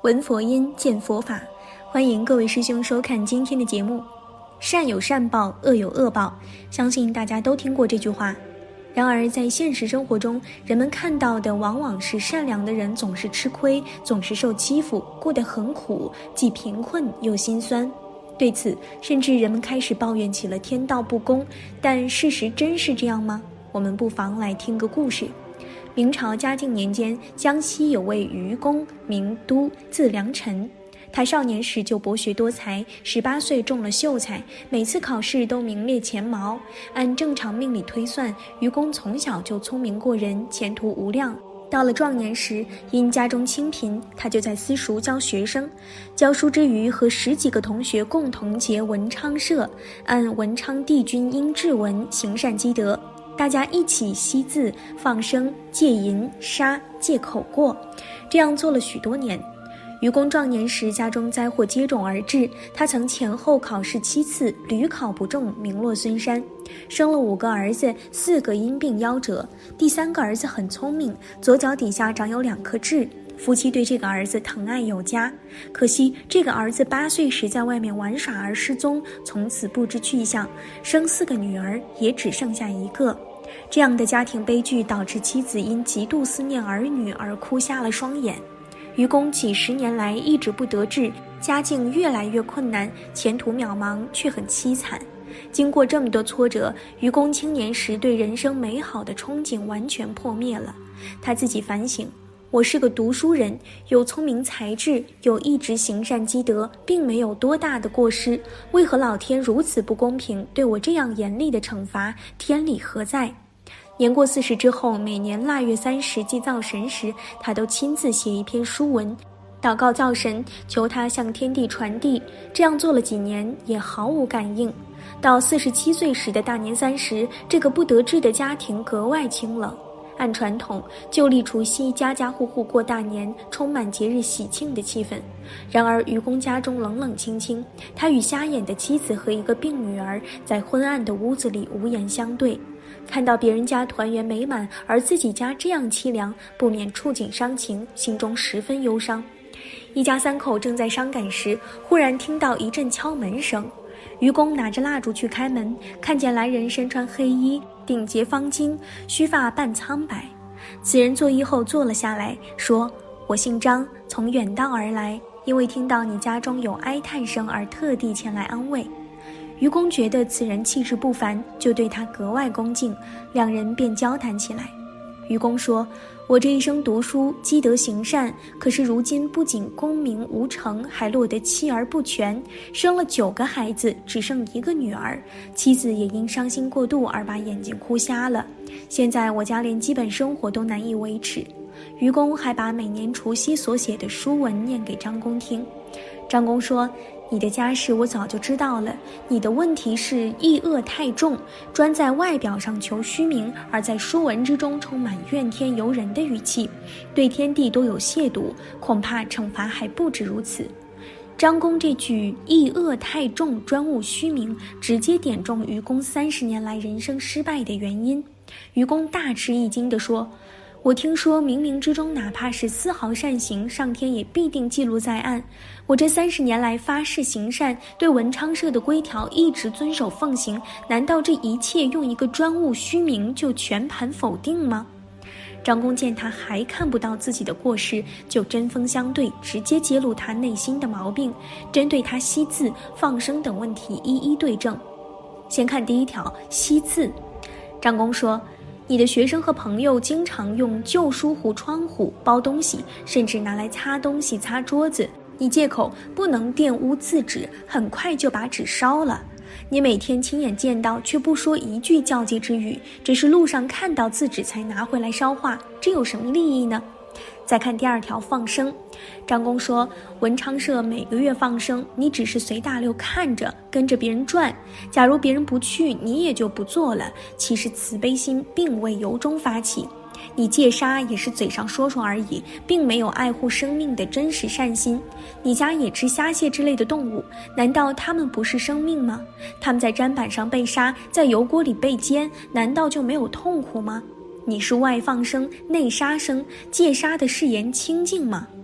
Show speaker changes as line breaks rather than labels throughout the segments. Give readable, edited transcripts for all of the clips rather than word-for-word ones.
闻佛音，见佛法。欢迎各位师兄收看今天的节目。善有善报，恶有恶报，相信大家都听过这句话。然而在现实生活中，人们看到的往往是善良的人总是吃亏，总是受欺负，过得很苦，既贫困又心酸。对此，甚至人们开始抱怨起了天道不公。但事实真是这样吗？我们不妨来听个故事。明朝嘉靖年间，江西有位愚公，名都，字良臣。他少年时就博学多才，18岁中了秀才，每次考试都名列前茅。按正常命理推算，愚公从小就聪明过人，前途无量。到了壮年时，因家中清贫，他就在私塾教学生。教书之余，和10几个同学共同结文昌社，按文昌帝君应制文，行善积德。大家一起惜字、放生、戒淫、杀、戒口过，这样做了许多年。愚公壮年时，家中灾祸接踵而至，他曾前后考试7次，屡考不中，名落孙山。生了5个儿子，4个因病夭折。第3个儿子很聪明，左脚底下长有2颗痣。夫妻对这个儿子疼爱有加，可惜这个儿子8岁时在外面玩耍而失踪，从此不知去向。生4个女儿，也只剩下1个。这样的家庭悲剧导致妻子因极度思念儿女而哭瞎了双眼。愚公几10年来一直不得志，家境越来越困难，前途渺茫，却很凄惨。经过这么多挫折，愚公青年时对人生美好的憧憬完全破灭了。他自己反省，我是个读书人，有聪明才智，有一直行善积德，并没有多大的过失，为何老天如此不公平，对我这样严厉的惩罚，天理何在？年过40之后，每年腊月30祭灶神时，他都亲自写一篇书文，祷告灶神，求他向天地传递。这样做了几年，也毫无感应。到47岁时的大年30，这个不得志的家庭格外清冷。按传统，旧历除夕，家家户户过大年，充满节日喜庆的气氛。然而愚公家中冷冷清清，他与瞎眼的妻子和一个病女儿在昏暗的屋子里无言相对。看到别人家团圆美满，而自己家这样凄凉，不免触景伤情，心中十分忧伤。一家3口正在伤感时，忽然听到一阵敲门声。愚公拿着蜡烛去开门，看见来人身穿黑衣，顶结方巾，须发半苍白。此人作揖后坐了下来，说：我姓张，从远道而来，因为听到你家中有哀叹声而特地前来安慰。愚公觉得此人气质不凡，就对他格外恭敬，两人便交谈起来。愚公说：我这一生读书，积德行善，可是如今不仅功名无成，还落得妻儿不全，生了9个孩子，只剩1个女儿，妻子也因伤心过度而把眼睛哭瞎了。现在我家连基本生活都难以维持。愚公还把每年除夕所写的书文念给张公听。张公说：你的家事我早就知道了，你的问题是抑恶太重，专在外表上求虚名，而在书文之中充满怨天尤人的语气，对天地都有亵渎，恐怕惩罚还不止如此。张公这句抑恶太重，专务虚名，直接点中愚公30年来人生失败的原因。愚公大吃一惊地说：我听说冥冥之中，哪怕是丝毫善行，上天也必定记录在案。我这30年来发誓行善，对文昌社的规条一直遵守奉行，难道这一切用一个专务虚名就全盘否定吗？张公见他还看不到自己的过失，就针锋相对，直接揭露他内心的毛病，针对他惜字、放生等问题一一对证。先看第1条，惜字。张公说：你的学生和朋友经常用旧书糊窗户、包东西，甚至拿来擦东西、擦桌子。你借口不能玷污字纸，很快就把纸烧了。你每天亲眼见到，却不说一句教诫之语，只是路上看到字纸才拿回来烧化，这有什么利益呢？再看第2条，放生。张公说：文昌社每个月放生，你只是随大溜看着，跟着别人转。假如别人不去，你也就不做了。其实慈悲心并未由衷发起，你戒杀也是嘴上说说而已，并没有爱护生命的真实善心。你家也吃虾蟹之类的动物，难道它们不是生命吗？它们在砧板上被杀，在油锅里被煎，难道就没有痛苦吗？你是外放生内杀生，戒杀的誓言清净吗？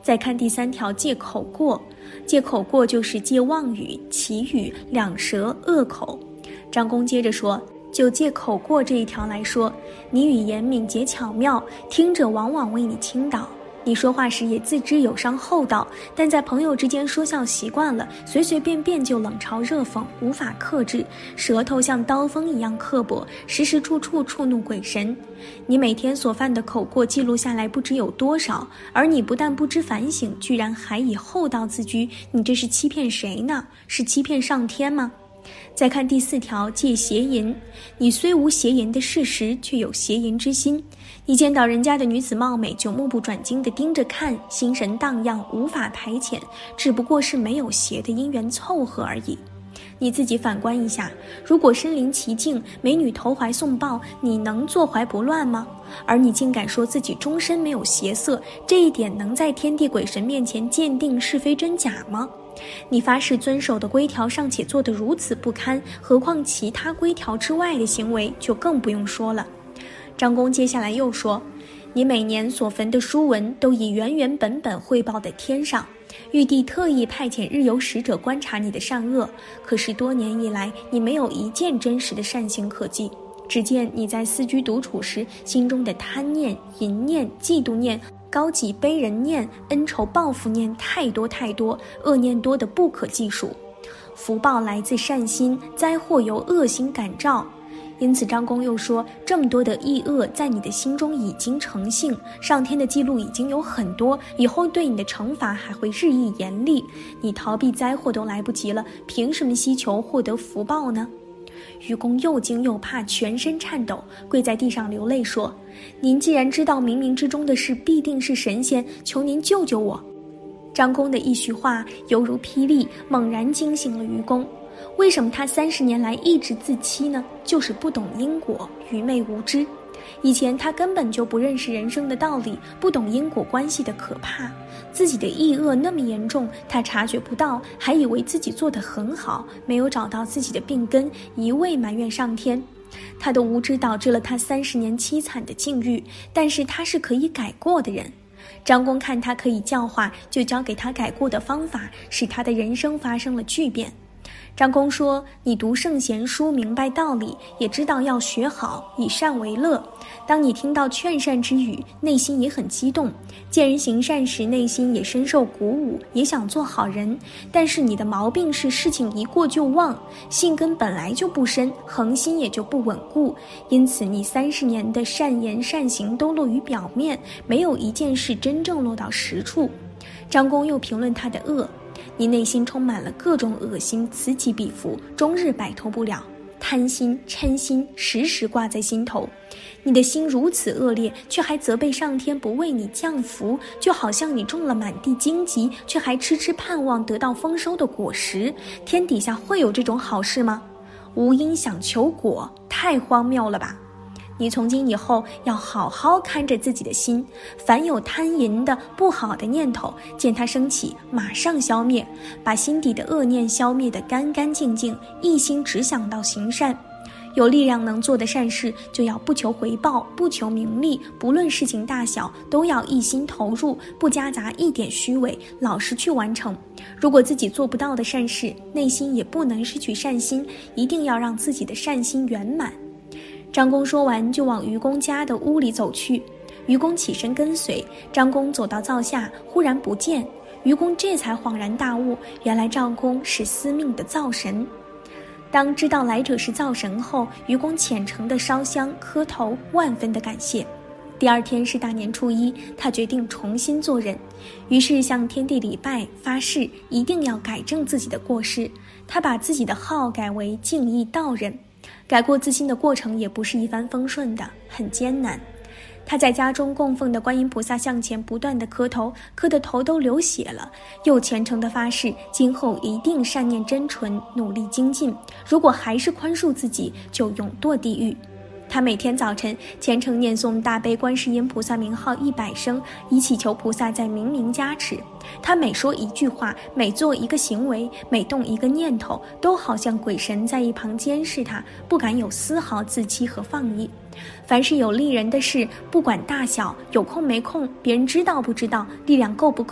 再看第3条，戒口过。戒口过就是戒妄语、绮语、两舌、恶口。张公接着说，就戒口过这一条来说，你语言敏捷巧妙，听者往往为你倾倒。你说话时也自知有伤厚道，但在朋友之间说笑习惯了，随随便便就冷嘲热讽，无法克制，舌头像刀锋一样刻薄，时时处处触怒鬼神。你每天所犯的口过记录下来不知有多少，而你不但不知反省，居然还以厚道自居，你这是欺骗谁呢？是欺骗上天吗？再看第4条，戒邪淫。你虽无邪淫的事实，却有邪淫之心。你见到人家的女子貌美，就目不转睛地盯着看，心神荡漾，无法排遣，只不过是没有邪的因缘凑合而已。你自己反观一下，如果身临其境，美女投怀送抱，你能坐怀不乱吗？而你竟敢说自己终身没有邪色，这一点能在天地鬼神面前鉴定是非真假吗？你发誓遵守的规条尚且做得如此不堪，何况其他规条之外的行为就更不用说了。张公接下来又说，你每年所焚的书文都已原原本本汇报在天上，玉帝特意派遣日游使者观察你的善恶，可是多年以来你没有一件真实的善行可记，只见你在私居独处时，心中的贪念、淫念、嫉妒念、高己卑人念、恩仇报复念太多太多，恶念多得不可计数。福报来自善心，灾祸由恶心感召。因此张公又说，这么多的异恶在你的心中已经成性，上天的记录已经有很多，以后对你的惩罚还会日益严厉，你逃避灾祸都来不及了，凭什么希求获得福报呢？愚公又惊又怕，全身颤抖，跪在地上流泪说，您既然知道冥冥之中的事必定是神仙，求您救救我。张公的一席话犹如霹雳，猛然惊醒了愚公。为什么他30年来一直自欺呢？就是不懂因果，愚昧无知。以前他根本就不认识人生的道理，不懂因果关系的可怕，自己的异恶那么严重，他察觉不到，还以为自己做得很好，没有找到自己的病根，一味埋怨上天。他的无知导致了他30年凄惨的境遇，但是他是可以改过的人。张公看他可以教化，就教给他改过的方法，使他的人生发生了巨变。张公说，你读圣贤书，明白道理，也知道要学好，以善为乐。当你听到劝善之语，内心也很激动，见人行善时，内心也深受鼓舞，也想做好人。但是你的毛病是事情一过就忘，性根本来就不深，恒心也就不稳固，因此你30年的善言善行都落于表面，没有一件事真正落到实处。张公又评论他的恶，你内心充满了各种恶心，此起彼伏，终日摆脱不了。贪心、嗔心时时挂在心头，你的心如此恶劣，却还责备上天不为你降福，就好像你种了满地荆棘，却还痴痴盼望得到丰收的果实。天底下会有这种好事吗？无因想求果，太荒谬了吧！你从今以后要好好看着自己的心，凡有贪淫的不好的念头，见它升起，马上消灭，把心底的恶念消灭得干干净净，一心只想到行善。有力量能做的善事，就要不求回报，不求名利，不论事情大小，都要一心投入，不夹杂一点虚伪，老实去完成。如果自己做不到的善事，内心也不能失去善心，一定要让自己的善心圆满。张公说完，就往愚公家的屋里走去。愚公起身跟随，张公走到灶下，忽然不见。愚公这才恍然大悟，原来张公是司命的灶神。当知道来者是灶神后，愚公虔诚地烧香磕头，万分的感谢。第2天是大年初1，他决定重新做人，于是向天地礼拜，发誓一定要改正自己的过失。他把自己的号改为敬意道人。改过自新的过程也不是一帆风顺的，很艰难。他在家中供奉的观音菩萨像前不断地磕头，磕得头都流血了，又虔诚地发誓今后一定善念真纯，努力精进，如果还是宽恕自己，就永堕地狱。他每天早晨虔诚念诵大悲观世音菩萨名号100声，以祈求菩萨在冥冥加持。他每说一句话，每做一个行为，每动一个念头，都好像鬼神在一旁监视他，不敢有丝毫自欺和放逸。凡是有利人的事，不管大小，有空没空，别人知道不知道，力量够不够，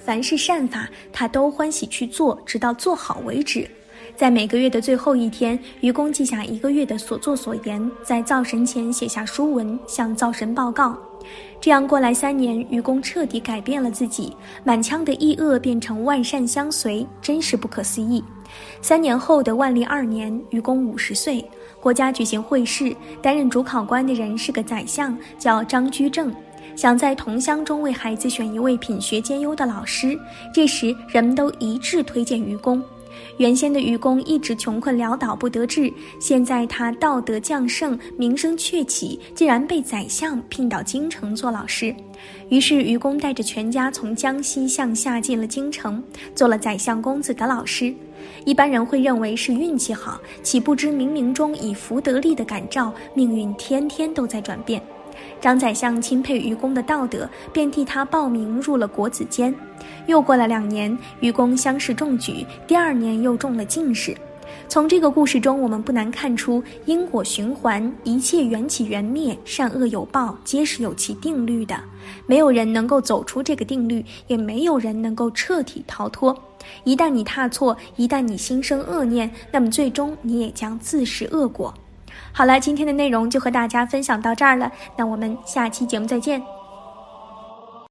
凡是善法，他都欢喜去做，直到做好为止。在每个月的最后一天，愚公记下一个月的所作所言，在灶神前写下书文，向灶神报告。这样过来3年，愚公彻底改变了自己，满腔的义恶变成万善相随，真是不可思议。3年后的万历2年，愚公50岁，国家举行会试，担任主考官的人是个宰相，叫张居正，想在同乡中为孩子选一位品学兼优的老师。这时人们都一致推荐愚公。原先的愚公一直穷困潦倒不得志，现在他道德降盛，名声鹊起，竟然被宰相聘到京城做老师。于是愚公带着全家从江西向下进了京城，做了宰相公子的老师。一般人会认为是运气好，岂不知冥冥中以福得力的感召，命运天天都在转变。张宰相钦佩愚公的道德，便替他报名入了国子监。又过了2年，愚公乡试中举，第2年又中了进士。从这个故事中，我们不难看出因果循环，一切缘起缘灭，善恶有报，皆是有其定律的。没有人能够走出这个定律，也没有人能够彻底逃脱。一旦你踏错，一旦你心生恶念，那么最终你也将自食恶果。好了，今天的内容就和大家分享到这儿了，那我们下期节目再见。